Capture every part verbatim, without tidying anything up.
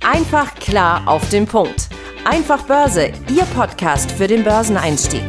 Einfach klar auf den Punkt. Einfach Börse, Ihr Podcast für den Börseneinstieg.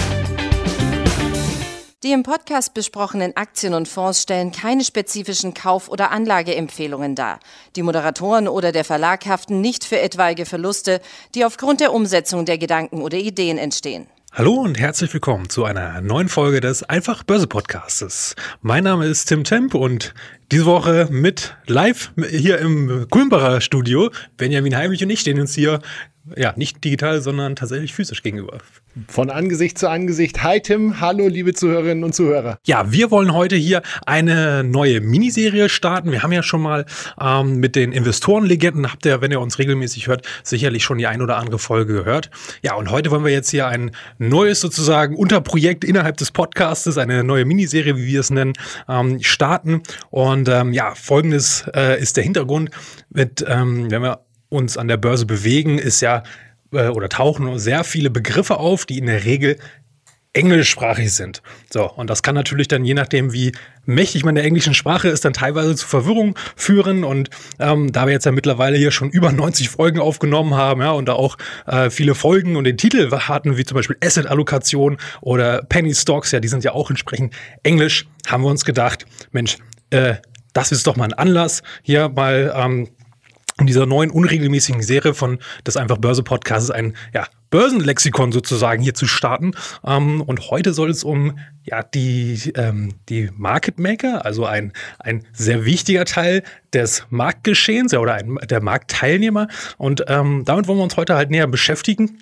Die im Podcast besprochenen Aktien und Fonds stellen keine spezifischen Kauf- oder Anlageempfehlungen dar. Die Moderatoren oder der Verlag haften nicht für etwaige Verluste, die aufgrund der Umsetzung der Gedanken oder Ideen entstehen. Hallo und herzlich willkommen zu einer neuen Folge des Einfach Börse Podcastes. Mein Name ist Tim Temp und diese Woche mit live hier im Kulmbacher Studio. Benjamin Heimlich und ich stehen uns hier ja nicht digital, sondern tatsächlich physisch gegenüber. Von Angesicht zu Angesicht. Hi Tim, hallo liebe Zuhörerinnen und Zuhörer. Ja, wir wollen heute hier eine neue Miniserie starten. Wir haben ja schon mal ähm, mit den Investorenlegenden, habt ihr, wenn ihr uns regelmäßig hört, sicherlich schon die ein oder andere Folge gehört. Ja, und heute wollen wir jetzt hier ein neues sozusagen Unterprojekt innerhalb des Podcastes, eine neue Miniserie, wie wir es nennen, ähm, starten. Und ähm, ja, folgendes äh, ist der Hintergrund. Mit, ähm, wenn wir uns an der Börse bewegen, ist ja oder tauchen sehr viele Begriffe auf, die in der Regel englischsprachig sind. So, und das kann natürlich dann, je nachdem, wie mächtig man der englischen Sprache ist, dann teilweise zu Verwirrung führen. Und ähm, da wir jetzt ja mittlerweile hier schon über neunzig Folgen aufgenommen haben, ja, und da auch äh, viele Folgen und den Titel hatten, wie zum Beispiel Asset-Allokation oder Penny Stocks, ja, die sind ja auch entsprechend englisch, haben wir uns gedacht, Mensch, äh, das ist doch mal ein Anlass, hier mal ähm, in dieser neuen unregelmäßigen Serie von des Einfach Börse Podcasts ein ja, Börsenlexikon sozusagen hier zu starten. Ähm, und heute soll es um ja die ähm, die Market Maker, also ein ein sehr wichtiger Teil des Marktgeschehens, ja, oder ein, der Marktteilnehmer. Und ähm, damit wollen wir uns heute halt näher beschäftigen.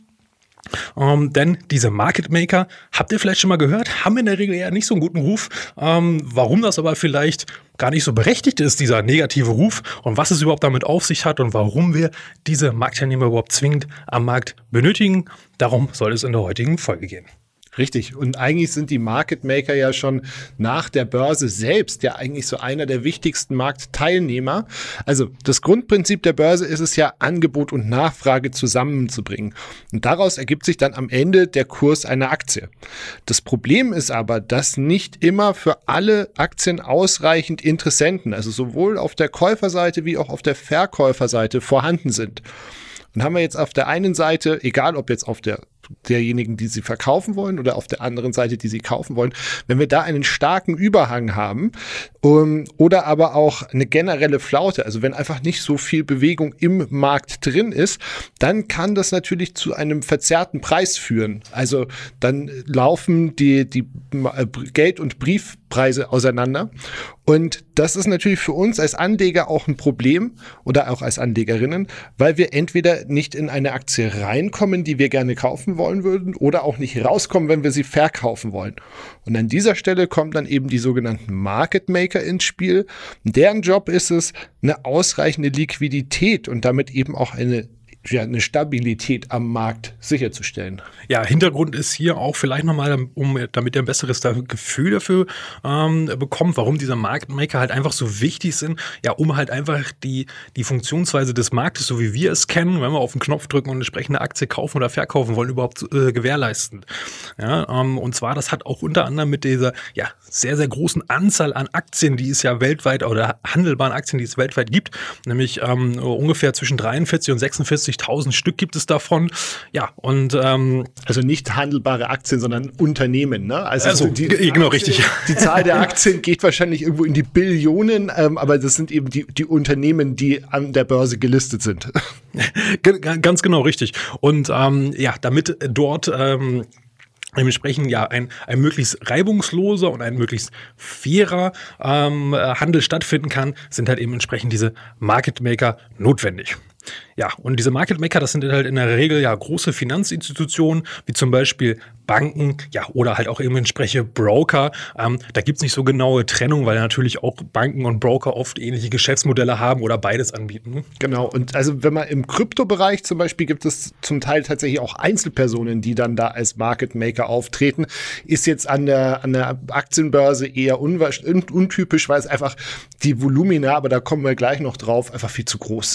Um, denn diese Market Maker, habt ihr vielleicht schon mal gehört, haben in der Regel eher nicht so einen guten Ruf. Um, warum das aber vielleicht gar nicht so berechtigt ist, dieser negative Ruf, und was es überhaupt damit auf sich hat und warum wir diese Marktteilnehmer überhaupt zwingend am Markt benötigen, darum soll es in der heutigen Folge gehen. Richtig. Und eigentlich sind die Market Maker ja schon nach der Börse selbst ja eigentlich so einer der wichtigsten Marktteilnehmer. Also das Grundprinzip der Börse ist es ja, Angebot und Nachfrage zusammenzubringen. Und daraus ergibt sich dann am Ende der Kurs einer Aktie. Das Problem ist aber, dass nicht immer für alle Aktien ausreichend Interessenten, also sowohl auf der Käuferseite wie auch auf der Verkäuferseite vorhanden sind. Und haben wir jetzt auf der einen Seite, egal ob jetzt auf der derjenigen, die sie verkaufen wollen oder auf der anderen Seite, die sie kaufen wollen, wenn wir da einen starken Überhang haben um, oder aber auch eine generelle Flaute, also wenn einfach nicht so viel Bewegung im Markt drin ist, dann kann das natürlich zu einem verzerrten Preis führen. Also dann laufen die, die Geld- und Briefpreise auseinander und das ist natürlich für uns als Anleger auch ein Problem oder auch als Anlegerinnen, weil wir entweder nicht in eine Aktie reinkommen, die wir gerne kaufen wollen würden, oder auch nicht rauskommen, wenn wir sie verkaufen wollen. Und an dieser Stelle kommen dann eben die sogenannten Market Maker ins Spiel. Deren Job ist es, eine ausreichende Liquidität und damit eben auch eine ja, eine Stabilität am Markt sicherzustellen. Ja, Hintergrund ist hier auch vielleicht nochmal, um, damit ihr ein besseres Gefühl dafür ähm, bekommt, warum diese Market Maker halt einfach so wichtig sind, ja, um halt einfach die, die Funktionsweise des Marktes, so wie wir es kennen, wenn wir auf den Knopf drücken und eine entsprechende Aktie kaufen oder verkaufen wollen, überhaupt äh, gewährleisten. Ja, ähm, und zwar, das hat auch unter anderem mit dieser ja, sehr, sehr großen Anzahl an Aktien, die es ja weltweit, oder handelbaren Aktien, die es weltweit gibt, nämlich ähm, ungefähr zwischen dreiundvierzig und sechsundvierzigtausend Stück gibt es davon. Ja, und ähm, also nicht handelbare Aktien, sondern Unternehmen, ne? Also, also die, die, genau, richtig. Die Zahl der Aktien geht wahrscheinlich irgendwo in die Billionen, ähm, aber das sind eben die, die Unternehmen, die an der Börse gelistet sind. Ganz genau, richtig. Und ähm, ja, damit dort ähm, dementsprechend ja ein, ein möglichst reibungsloser und ein möglichst fairer ähm, Handel stattfinden kann, sind halt eben entsprechend diese Market Maker notwendig. Ja, und diese Market Maker, das sind halt in der Regel ja große Finanzinstitutionen, wie zum Beispiel Banken, ja, oder halt auch eben entsprechende Broker. Ähm, da gibt's nicht so genaue Trennung, weil natürlich auch Banken und Broker oft ähnliche Geschäftsmodelle haben oder beides anbieten. Genau, und also wenn man im Kryptobereich zum Beispiel, gibt es zum Teil tatsächlich auch Einzelpersonen, die dann da als Market Maker auftreten. Ist jetzt an der, an der Aktienbörse eher untypisch, weil es einfach die Volumina, aber da kommen wir gleich noch drauf, einfach viel zu groß sind.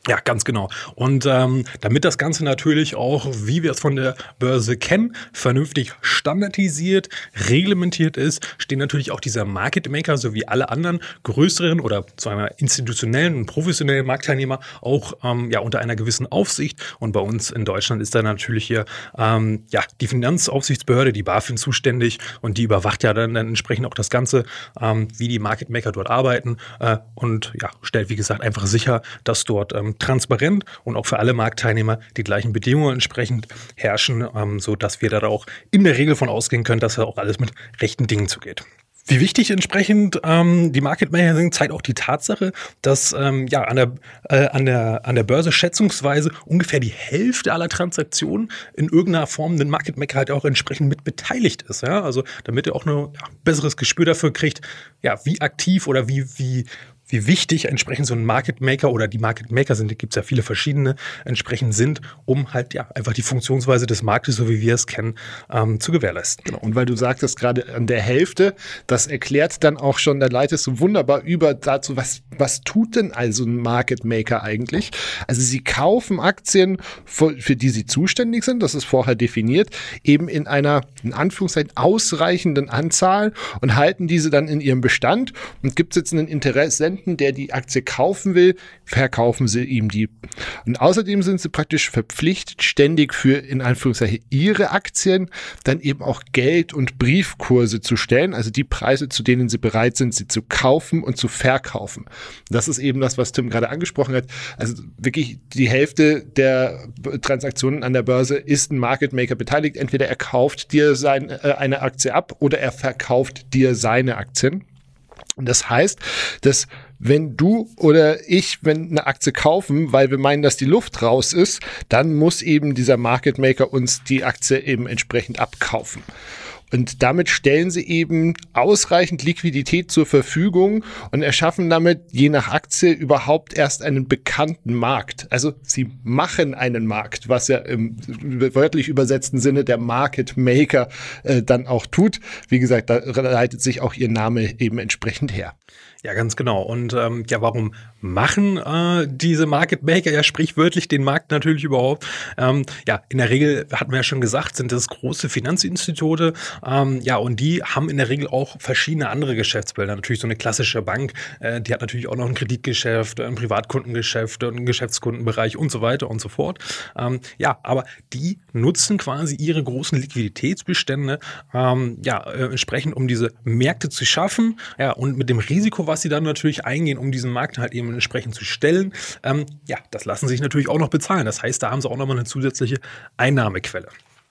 Ja, ganz genau. Und ähm, damit das Ganze natürlich auch, wie wir es von der Börse kennen, vernünftig standardisiert, reglementiert ist, stehen natürlich auch dieser Market Maker sowie alle anderen größeren oder sagen wir institutionellen und professionellen Marktteilnehmer auch ähm, ja unter einer gewissen Aufsicht. Und bei uns in Deutschland ist da natürlich hier ähm, ja die Finanzaufsichtsbehörde, die BaFin, zuständig und die überwacht ja dann, dann entsprechend auch das Ganze, ähm, wie die Market Maker dort arbeiten äh, und ja stellt wie gesagt einfach sicher, dass dort ähm, transparent und auch für alle Marktteilnehmer die gleichen Bedingungen entsprechend herrschen, ähm, sodass wir da auch in der Regel von ausgehen können, dass da auch alles mit rechten Dingen zugeht. Wie wichtig entsprechend ähm, die Market Maker sind, zeigt auch die Tatsache, dass ähm, ja an der, äh, an, der, an der Börse schätzungsweise ungefähr die Hälfte aller Transaktionen in irgendeiner Form den Market Maker halt auch entsprechend mit beteiligt ist. Ja? Also damit er auch ein ja, besseres Gespür dafür kriegt, ja, wie aktiv oder wie, wie wie wichtig entsprechend so ein Market Maker oder die Market Maker sind, da gibt es ja viele verschiedene, entsprechend sind, um halt ja einfach die Funktionsweise des Marktes, so wie wir es kennen, ähm, zu gewährleisten. Genau. Und weil du sagtest gerade an der Hälfte, das erklärt dann auch schon, da leitest du wunderbar über dazu, was, was tut denn also ein Market Maker eigentlich? Also sie kaufen Aktien, für, für die sie zuständig sind, das ist vorher definiert, eben in einer, in Anführungszeichen, ausreichenden Anzahl und halten diese dann in ihrem Bestand. Und gibt es jetzt einen Interessenten, der die Aktie kaufen will, verkaufen sie ihm die. Und außerdem sind sie praktisch verpflichtet, ständig für, in Anführungszeichen, ihre Aktien dann eben auch Geld- und Briefkurse zu stellen, also die Preise, zu denen sie bereit sind, sie zu kaufen und zu verkaufen. Das ist eben das, was Tim gerade angesprochen hat. Also wirklich die Hälfte der Transaktionen an der Börse ist ein Market Maker beteiligt. Entweder er kauft dir sein, äh, eine Aktie ab oder er verkauft dir seine Aktien. Und das heißt, dass wenn du oder ich, wenn eine Aktie kaufen, weil wir meinen, dass die Luft raus ist, dann muss eben dieser Market Maker uns die Aktie eben entsprechend abkaufen. Und damit stellen sie eben ausreichend Liquidität zur Verfügung und erschaffen damit je nach Aktie überhaupt erst einen bekannten Markt. Also sie machen einen Markt, was ja im wörtlich übersetzten Sinne der Market Maker äh, dann auch tut. Wie gesagt, da leitet sich auch ihr Name eben entsprechend her. Ja, ganz genau. Und ähm, ja, warum machen äh, diese Market Maker ja sprichwörtlich den Markt natürlich überhaupt? Ähm, ja, in der Regel, hatten wir ja schon gesagt, sind das große Finanzinstitute. Ähm, ja, und die haben in der Regel auch verschiedene andere Geschäftsfelder. Natürlich so eine klassische Bank, äh, die hat natürlich auch noch ein Kreditgeschäft, ein Privatkundengeschäft, einen Geschäftskundenbereich und so weiter und so fort. Ähm, ja, aber die nutzen quasi ihre großen Liquiditätsbestände ähm, ja, äh, entsprechend, um diese Märkte zu schaffen. Ja, und mit dem Risiko, was sie dann natürlich eingehen, um diesen Markt halt eben entsprechend zu stellen, ähm, ja, das lassen sich natürlich auch noch bezahlen. Das heißt, da haben sie auch nochmal eine zusätzliche Einnahmequelle.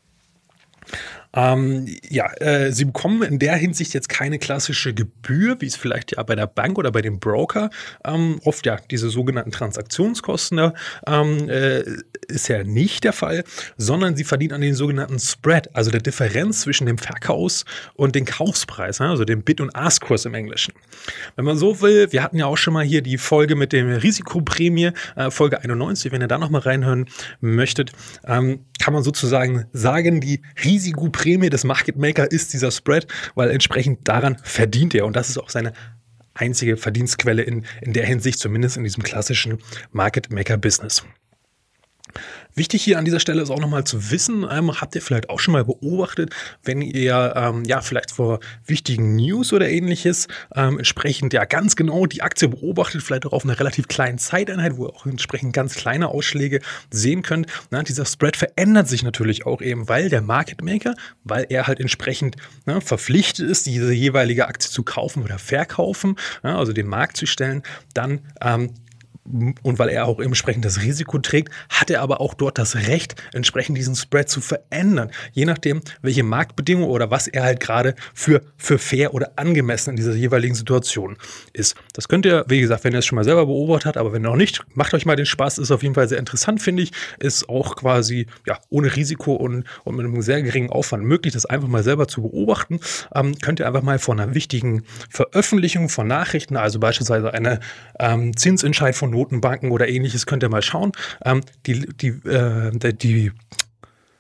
Ähm, ja, äh, sie bekommen in der Hinsicht jetzt keine klassische Gebühr, wie es vielleicht ja bei der Bank oder bei dem Broker ähm, oft ja diese sogenannten Transaktionskosten da, ähm, äh, ist ja nicht der Fall, sondern sie verdienen an den sogenannten Spread, also der Differenz zwischen dem Verkaufs- und dem Kaufspreis, ne? Also dem Bid- und Ask-Kurs im Englischen. Wenn man so will, wir hatten ja auch schon mal hier die Folge mit der Risikoprämie, äh, Folge einundneunzig, wenn ihr da nochmal reinhören möchtet, ähm, kann man sozusagen sagen, die Risikoprämie des Market Maker ist dieser Spread, weil entsprechend daran verdient er. Und das ist auch seine einzige Verdienstquelle in, in der Hinsicht, zumindest in diesem klassischen Market Maker Business. Wichtig hier an dieser Stelle ist auch nochmal zu wissen, ähm, habt ihr vielleicht auch schon mal beobachtet, wenn ihr ähm, ja vielleicht vor wichtigen News oder ähnliches ähm, entsprechend ja ganz genau die Aktie beobachtet, vielleicht auch auf einer relativ kleinen Zeiteinheit, wo ihr auch entsprechend ganz kleine Ausschläge sehen könnt. Na, dieser Spread verändert sich natürlich auch eben, weil der Market Maker, weil er halt entsprechend na, verpflichtet ist, diese jeweilige Aktie zu kaufen oder verkaufen, na, also den Markt zu stellen, dann ähm, und weil er auch entsprechend das Risiko trägt, hat er aber auch dort das Recht, entsprechend diesen Spread zu verändern. Je nachdem, welche Marktbedingungen oder was er halt gerade für, für fair oder angemessen in dieser jeweiligen Situation ist. Das könnt ihr, wie gesagt, wenn ihr es schon mal selber beobachtet habt, aber wenn noch nicht, macht euch mal den Spaß. Ist auf jeden Fall sehr interessant, finde ich. Ist auch quasi ja, ohne Risiko und, und mit einem sehr geringen Aufwand möglich, das einfach mal selber zu beobachten. Ähm, könnt ihr einfach mal von einer wichtigen Veröffentlichung von Nachrichten, also beispielsweise eine ähm, Zinsentscheid von Notenbanken oder ähnliches, könnt ihr mal schauen. Ähm, die, die, äh, die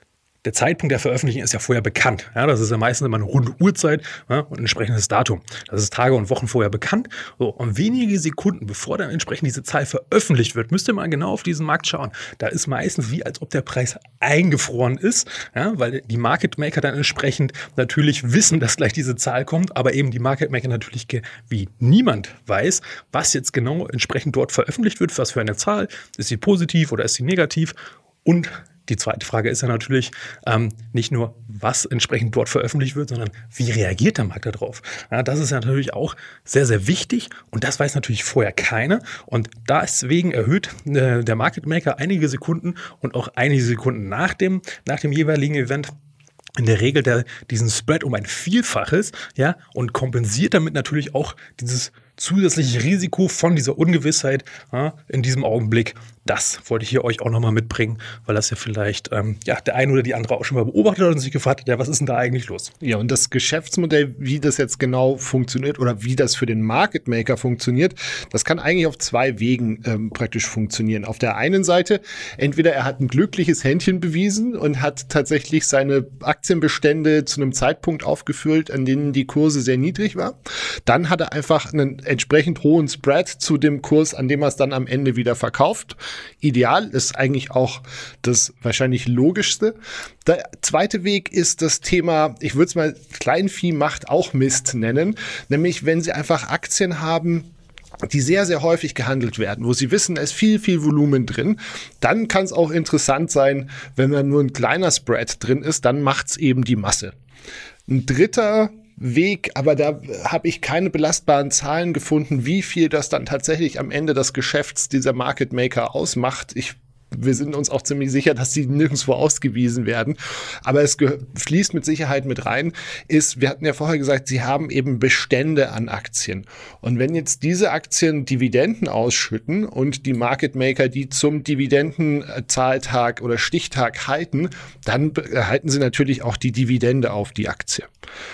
der Zeitpunkt der Veröffentlichung ist ja vorher bekannt. Ja, das ist ja meistens immer eine runde Uhrzeit, ja, und ein entsprechendes Datum. Das ist Tage und Wochen vorher bekannt. So, und wenige Sekunden, bevor dann entsprechend diese Zahl veröffentlicht wird, müsst ihr mal genau auf diesen Markt schauen. Da ist meistens wie, als ob der Preis eingefroren ist, ja, weil die Market Maker dann entsprechend natürlich wissen, dass gleich diese Zahl kommt, aber eben die Market Maker natürlich wie niemand weiß, was jetzt genau entsprechend dort veröffentlicht wird, was für eine Zahl. Ist sie positiv oder ist sie negativ? Und die zweite Frage ist ja natürlich ähm, nicht nur, was entsprechend dort veröffentlicht wird, sondern wie reagiert der Markt darauf? Ja, das ist ja natürlich auch sehr, sehr wichtig und das weiß natürlich vorher keiner. Und deswegen erhöht äh, der Market Maker einige Sekunden und auch einige Sekunden nach dem, nach dem jeweiligen Event in der Regel der, diesen Spread um ein Vielfaches, ja, und kompensiert damit natürlich auch dieses zusätzliche Risiko von dieser Ungewissheit, ja, in diesem Augenblick. Das wollte ich hier euch auch nochmal mitbringen, weil das ja vielleicht ähm, ja, der eine oder die andere auch schon mal beobachtet hat und sich gefragt hat, ja, was ist denn da eigentlich los? Ja, und das Geschäftsmodell, wie das jetzt genau funktioniert oder wie das für den Market Maker funktioniert, das kann eigentlich auf zwei Wegen ähm, praktisch funktionieren. Auf der einen Seite, entweder er hat ein glückliches Händchen bewiesen und hat tatsächlich seine Aktienbestände zu einem Zeitpunkt aufgefüllt, an denen die Kurse sehr niedrig waren. Dann hat er einfach einen entsprechend hohen Spread zu dem Kurs, an dem er es dann am Ende wieder verkauft. Ideal ist eigentlich auch das wahrscheinlich logischste. Der zweite Weg ist das Thema, ich würde es mal Kleinvieh macht auch Mist nennen, nämlich wenn Sie einfach Aktien haben, die sehr, sehr häufig gehandelt werden, wo Sie wissen, es ist viel, viel Volumen drin, dann kann es auch interessant sein, wenn da nur ein kleiner Spread drin ist, dann macht es eben die Masse. Ein dritter Weg, aber da habe ich keine belastbaren Zahlen gefunden, wie viel das dann tatsächlich am Ende des Geschäfts dieser Market Maker ausmacht. Ich Wir sind uns auch ziemlich sicher, dass sie nirgendwo ausgewiesen werden. Aber es ge- fließt mit Sicherheit mit rein, ist, wir hatten ja vorher gesagt, sie haben eben Bestände an Aktien. Und wenn jetzt diese Aktien Dividenden ausschütten und die Market Maker die zum Dividendenzahltag oder Stichtag halten, dann erhalten sie natürlich auch die Dividende auf die Aktie.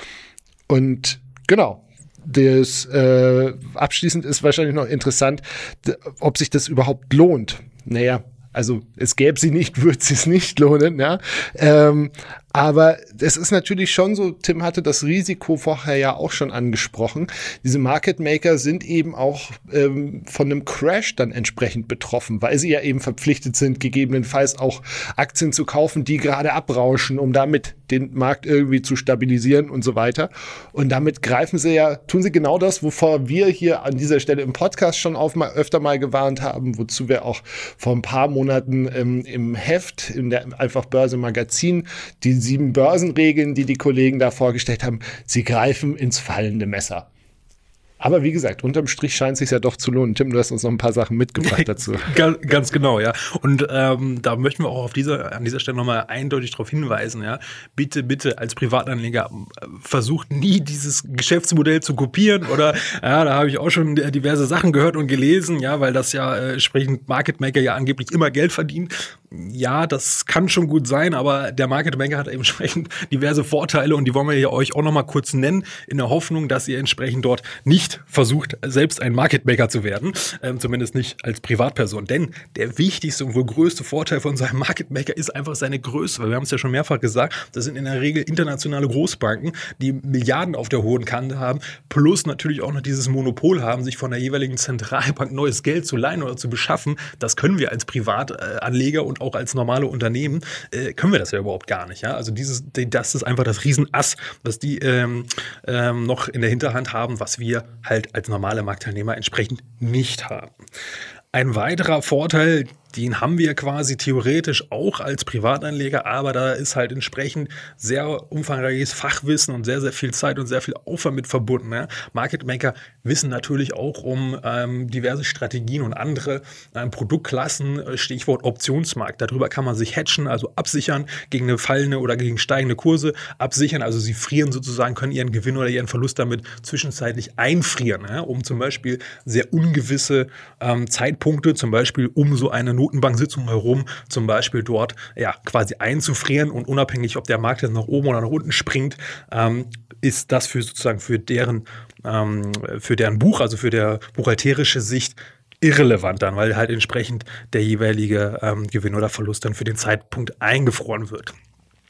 Und genau. Das äh, abschließend ist wahrscheinlich noch interessant, d- ob sich das überhaupt lohnt. Naja, also es gäbe sie nicht, würde es nicht lohnen, ja. Ähm, aber es ist natürlich schon so, Tim hatte das Risiko vorher ja auch schon angesprochen. Diese Market Maker sind eben auch ähm, von einem Crash dann entsprechend betroffen, weil sie ja eben verpflichtet sind, gegebenenfalls auch Aktien zu kaufen, die gerade abrauschen, um damit den Markt irgendwie zu stabilisieren und so weiter. Und damit greifen sie ja, tun sie genau das, wovor wir hier an dieser Stelle im Podcast schon auf mal, öfter mal gewarnt haben, wozu wir auch vor ein paar Monaten ähm, im Heft, in der Einfach Börse Magazin, die sieben Börsenregeln, die die Kollegen da vorgestellt haben, sie greifen ins fallende Messer. Aber wie gesagt, unterm Strich scheint es sich ja doch zu lohnen. Tim, du hast uns noch ein paar Sachen mitgebracht dazu. ganz, ganz genau, ja. Und ähm, da möchten wir auch auf dieser, an dieser Stelle nochmal eindeutig darauf hinweisen, ja. Bitte, bitte als Privatanleger versucht nie dieses Geschäftsmodell zu kopieren oder, ja, da habe ich auch schon diverse Sachen gehört und gelesen, ja, weil das ja äh, entsprechend Market Maker ja angeblich immer Geld verdienen. Ja, das kann schon gut sein, aber der Market Maker hat entsprechend diverse Vorteile und die wollen wir hier euch auch nochmal kurz nennen, in der Hoffnung, dass ihr entsprechend dort nicht versucht, selbst ein Market Maker zu werden, ähm, zumindest nicht als Privatperson. Denn der wichtigste und wohl größte Vorteil von so einem Market Maker ist einfach seine Größe. Weil wir haben es ja schon mehrfach gesagt, das sind in der Regel internationale Großbanken, die Milliarden auf der hohen Kante haben, plus natürlich auch noch dieses Monopol haben, sich von der jeweiligen Zentralbank neues Geld zu leihen oder zu beschaffen. Das können wir als Privatanleger und auch als normale Unternehmen, äh, können wir das ja überhaupt gar nicht. Ja? Also dieses, das ist einfach das Riesenass, was die ähm, ähm, noch in der Hinterhand haben, was wir halt als normale Marktteilnehmer entsprechend nicht haben. Ein weiterer Vorteil, den haben wir quasi theoretisch auch als Privatanleger, aber da ist halt entsprechend sehr umfangreiches Fachwissen und sehr, sehr viel Zeit und sehr viel Aufwand mit verbunden. Ja. Market Maker wissen natürlich auch um ähm, diverse Strategien und andere ähm, Produktklassen, Stichwort Optionsmarkt. Darüber kann man sich hedgen, also absichern gegen eine fallende oder gegen steigende Kurse, absichern, also sie frieren sozusagen, können ihren Gewinn oder ihren Verlust damit zwischenzeitlich einfrieren, ja, um zum Beispiel sehr ungewisse ähm, Zeitpunkte, zum Beispiel um so eine Notenbanksitzung herum, zum Beispiel dort ja quasi einzufrieren und unabhängig, ob der Markt jetzt nach oben oder nach unten springt, ähm, ist das für sozusagen für deren ähm, für deren Buch, also für der buchhalterische Sicht irrelevant dann, weil halt entsprechend der jeweilige ähm, Gewinn oder Verlust dann für den Zeitpunkt eingefroren wird.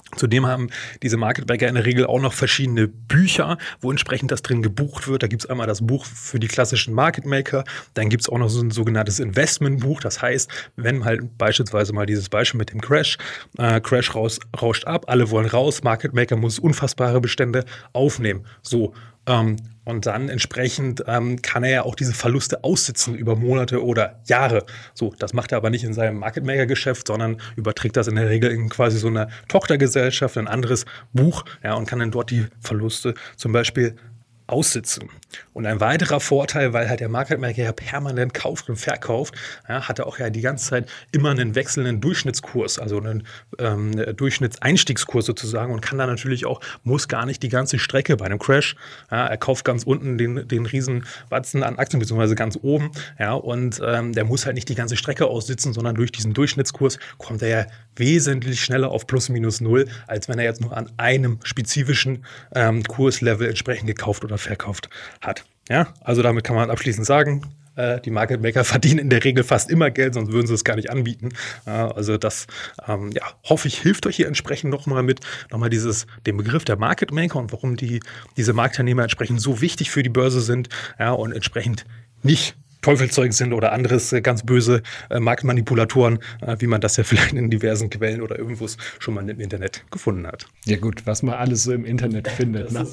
Zudem haben diese Market Maker in der Regel auch noch verschiedene Bücher, wo entsprechend das drin gebucht wird. Da gibt es einmal das Buch für die klassischen Market Maker, dann gibt es auch noch so ein sogenanntes Investmentbuch. Das heißt, wenn halt beispielsweise mal dieses Beispiel mit dem Crash, äh, Crash raus, rauscht ab, alle wollen raus, Market Maker muss unfassbare Bestände aufnehmen. So, ähm, und dann entsprechend ähm, kann er ja auch diese Verluste aussitzen über Monate oder Jahre. So, das macht er aber nicht in seinem Market Maker Geschäft, sondern überträgt das in der Regel in quasi so einer Tochtergesellschaft, ein anderes Buch, ja, und kann dann dort die Verluste zum Beispiel aussitzen. Und ein weiterer Vorteil, weil halt der Market Maker ja permanent kauft und verkauft, ja, hat er auch ja die ganze Zeit immer einen wechselnden Durchschnittskurs, also einen ähm, Durchschnittseinstiegskurs sozusagen, und kann dann natürlich auch, muss gar nicht die ganze Strecke bei einem Crash, ja, er kauft ganz unten den, den riesen Batzen an Aktien, beziehungsweise ganz oben, ja, und ähm, der muss halt nicht die ganze Strecke aussitzen, sondern durch diesen Durchschnittskurs kommt er ja wesentlich schneller auf plus minus null, als wenn er jetzt nur an einem spezifischen ähm, Kurslevel entsprechend gekauft oder verkauft hat. Ja, also damit kann man abschließend sagen, äh, die Market Maker verdienen in der Regel fast immer Geld, sonst würden sie es gar nicht anbieten. Äh, also das, ähm, ja, hoffe ich, hilft euch hier entsprechend nochmal mit, nochmal dieses, den Begriff der Market Maker und warum die, diese Marktteilnehmer entsprechend so wichtig für die Börse sind, ja, und entsprechend nicht Teufelzeug sind oder anderes äh, ganz böse äh, Marktmanipulatoren, äh, wie man das ja vielleicht in diversen Quellen oder irgendwo schon mal im Internet gefunden hat. Ja gut, was man alles so im Internet findet. Ne?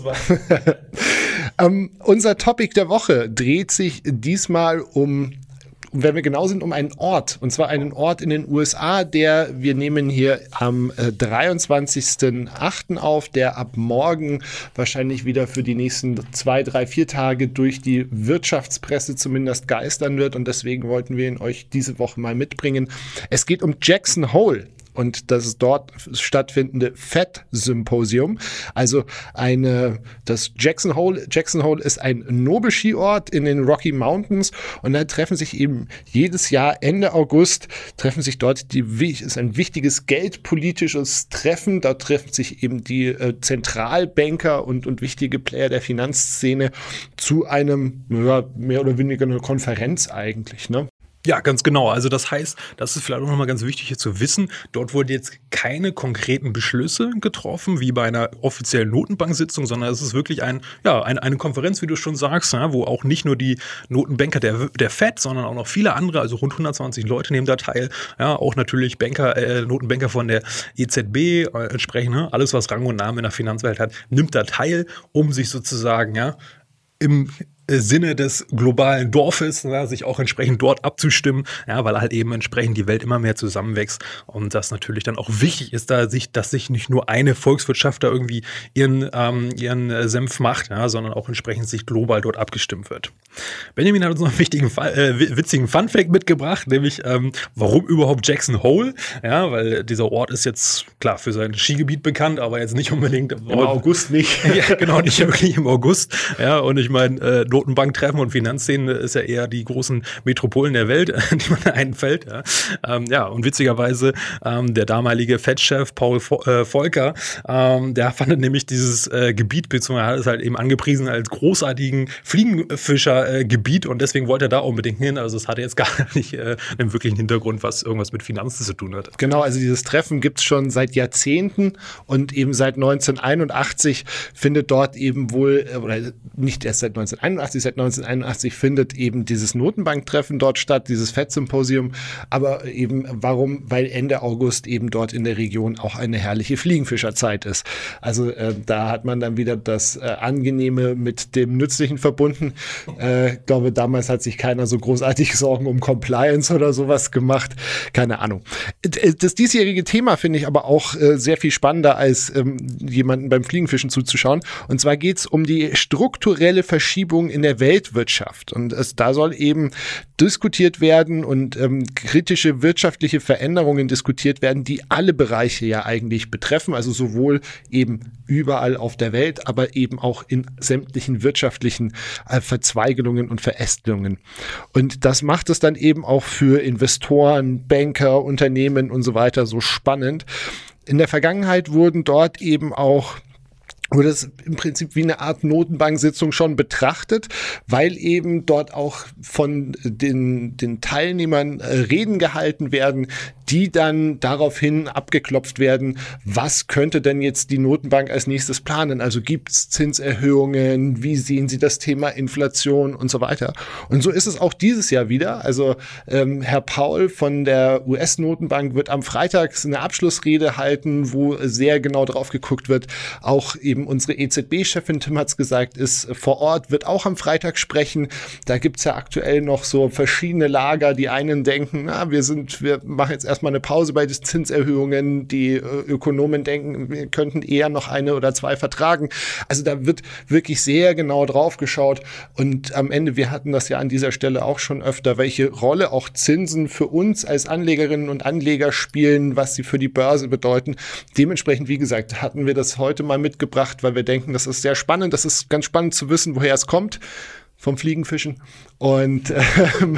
ähm, unser Topic der Woche dreht sich diesmal um, wenn wir genau sind, um einen Ort. Und zwar einen Ort in den U S A, der, wir nehmen hier am äh, dreiundzwanzigsten achten auf, der ab morgen wahrscheinlich wieder für die nächsten zwei, drei, vier Tage durch die Wirtschaftspresse zumindest geistern wird. Und deswegen wollten wir ihn euch diese Woche mal mitbringen. Es geht um Jackson Hole. Und das dort stattfindende Fed-Symposium. Also eine, das Jackson Hole, Jackson Hole ist ein Nobelskiort in den Rocky Mountains und da treffen sich eben jedes Jahr Ende August treffen sich dort die, ist ein wichtiges geldpolitisches Treffen. Da treffen sich eben die äh, Zentralbanker und, und wichtige Player der Finanzszene zu einem, ja, mehr oder weniger eine Konferenz eigentlich, ne? Ja, ganz genau. Also das heißt, das ist vielleicht auch nochmal ganz wichtig hier zu wissen, dort wurden jetzt keine konkreten Beschlüsse getroffen, wie bei einer offiziellen Notenbank-Sitzung, sondern es ist wirklich ein, ja, eine, eine Konferenz, wie du schon sagst, ja, wo auch nicht nur die Notenbanker der, der Fed, sondern auch noch viele andere, also rund hundertzwanzig Leute nehmen da teil, ja, auch natürlich Banker, äh, Notenbanker von der E Z B, äh, entsprechend, ne, alles was Rang und Namen in der Finanzwelt hat, nimmt da teil, um sich sozusagen, ja, im Sinne des globalen Dorfes, ja, sich auch entsprechend dort abzustimmen, ja, weil halt eben entsprechend die Welt immer mehr zusammenwächst und das natürlich dann auch wichtig ist, da sich, dass sich nicht nur eine Volkswirtschaft da irgendwie ihren, ähm, ihren Senf macht, ja, sondern auch entsprechend sich global dort abgestimmt wird. Benjamin hat uns noch einen wichtigen, äh, witzigen Funfact mitgebracht, nämlich ähm, warum überhaupt Jackson Hole, ja, weil dieser Ort ist jetzt, klar, für sein Skigebiet bekannt, aber jetzt nicht unbedingt im August nicht. Ja, genau, nicht wirklich im August, ja, und ich meine, äh, Notenbanktreffen und Finanzszene ist ja eher die großen Metropolen der Welt, die man einfällt. Ja, ähm, ja und witzigerweise ähm, der damalige Fed-Chef Paul äh, Volcker, ähm, der fand nämlich dieses äh, Gebiet, beziehungsweise hat es halt eben angepriesen als großartigen Fliegenfischer-Gebiet äh, und deswegen wollte er da unbedingt hin. Also es hatte jetzt gar nicht äh, einen wirklichen Hintergrund, was irgendwas mit Finanzen zu tun hat. Genau, also dieses Treffen gibt es schon seit Jahrzehnten und eben seit neunzehnhunderteinundachtzig findet dort eben wohl, oder nicht erst seit neunzehnhunderteinundachtzig, seit neunzehnhunderteinundachtzig findet eben dieses Notenbanktreffen dort statt, dieses Fed-Symposium. Aber eben warum? Weil Ende August eben dort in der Region auch eine herrliche Fliegenfischerzeit ist. Also äh, da hat man dann wieder das äh, Angenehme mit dem Nützlichen verbunden. Äh, ich glaube, damals hat sich keiner so großartig Sorgen um Compliance oder sowas gemacht. Keine Ahnung. Das diesjährige Thema finde ich aber auch äh, sehr viel spannender, als ähm, jemanden beim Fliegenfischen zuzuschauen. Und zwar geht es um die strukturelle Verschiebung in der Weltwirtschaft. Und es, da soll eben diskutiert werden und ähm, kritische wirtschaftliche Veränderungen diskutiert werden, die alle Bereiche ja eigentlich betreffen, also sowohl eben überall auf der Welt, aber eben auch in sämtlichen wirtschaftlichen äh, Verzweigelungen und Verästelungen. Und das macht es dann eben auch für Investoren, Banker, Unternehmen und so weiter so spannend. In der Vergangenheit wurden dort eben auch wurde es im Prinzip wie eine Art Notenbank-Sitzung schon betrachtet, weil eben dort auch von den, den Teilnehmern Reden gehalten werden, die dann daraufhin abgeklopft werden, was könnte denn jetzt die Notenbank als nächstes planen? Also gibt es Zinserhöhungen, wie sehen sie das Thema Inflation und so weiter? Und so ist es auch dieses Jahr wieder. Also ähm, Herr Powell von der U S-Notenbank wird am Freitag eine Abschlussrede halten, wo sehr genau drauf geguckt wird. Auch eben unsere E Z B-Chefin, Tim hat es gesagt, ist vor Ort, wird auch am Freitag sprechen. Da gibt es ja aktuell noch so verschiedene Lager. Die einen denken, na, wir sind, wir machen jetzt erstmal eine Pause bei den Zinserhöhungen. Die äh, Ökonomen denken, wir könnten eher noch eine oder zwei vertragen. Also da wird wirklich sehr genau drauf geschaut. Und am Ende, wir hatten das ja an dieser Stelle auch schon öfter, welche Rolle auch Zinsen für uns als Anlegerinnen und Anleger spielen, was sie für die Börse bedeuten. Dementsprechend, wie gesagt, hatten wir das heute mal mitgebracht, weil wir denken, das ist sehr spannend. Das ist ganz spannend zu wissen, woher es kommt. Vom Fliegenfischen und äh,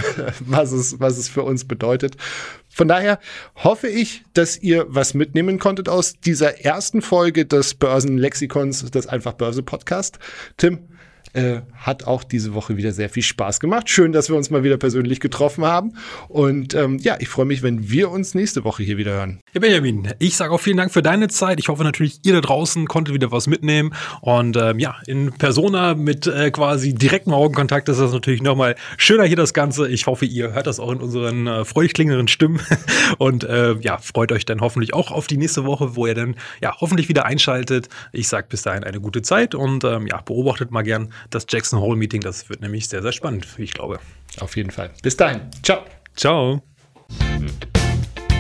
was es, was es für uns bedeutet. Von daher hoffe ich, dass ihr was mitnehmen konntet aus dieser ersten Folge des Börsenlexikons, des Einfach Börse Podcast. Tim, Äh, hat auch diese Woche wieder sehr viel Spaß gemacht. Schön, dass wir uns mal wieder persönlich getroffen haben. Und ähm, ja, ich freue mich, wenn wir uns nächste Woche hier wieder hören. Ja, Benjamin, ich sage auch vielen Dank für deine Zeit. Ich hoffe natürlich, ihr da draußen konntet wieder was mitnehmen. Und ähm, ja, in Persona mit äh, quasi direktem Augenkontakt ist das natürlich nochmal schöner hier das Ganze. Ich hoffe, ihr hört das auch in unseren äh, freudig klingenden Stimmen. Und äh, ja, freut euch dann hoffentlich auch auf die nächste Woche, wo ihr dann ja hoffentlich wieder einschaltet. Ich sage bis dahin eine gute Zeit und ähm, ja, beobachtet mal gern das Jackson Hole Meeting, das wird nämlich sehr, sehr spannend, wie ich glaube. Auf jeden Fall. Bis dahin. Ciao. Ciao.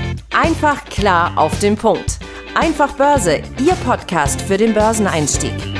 Einfach klar auf den Punkt. Einfach Börse, Ihr Podcast für den Börseneinstieg.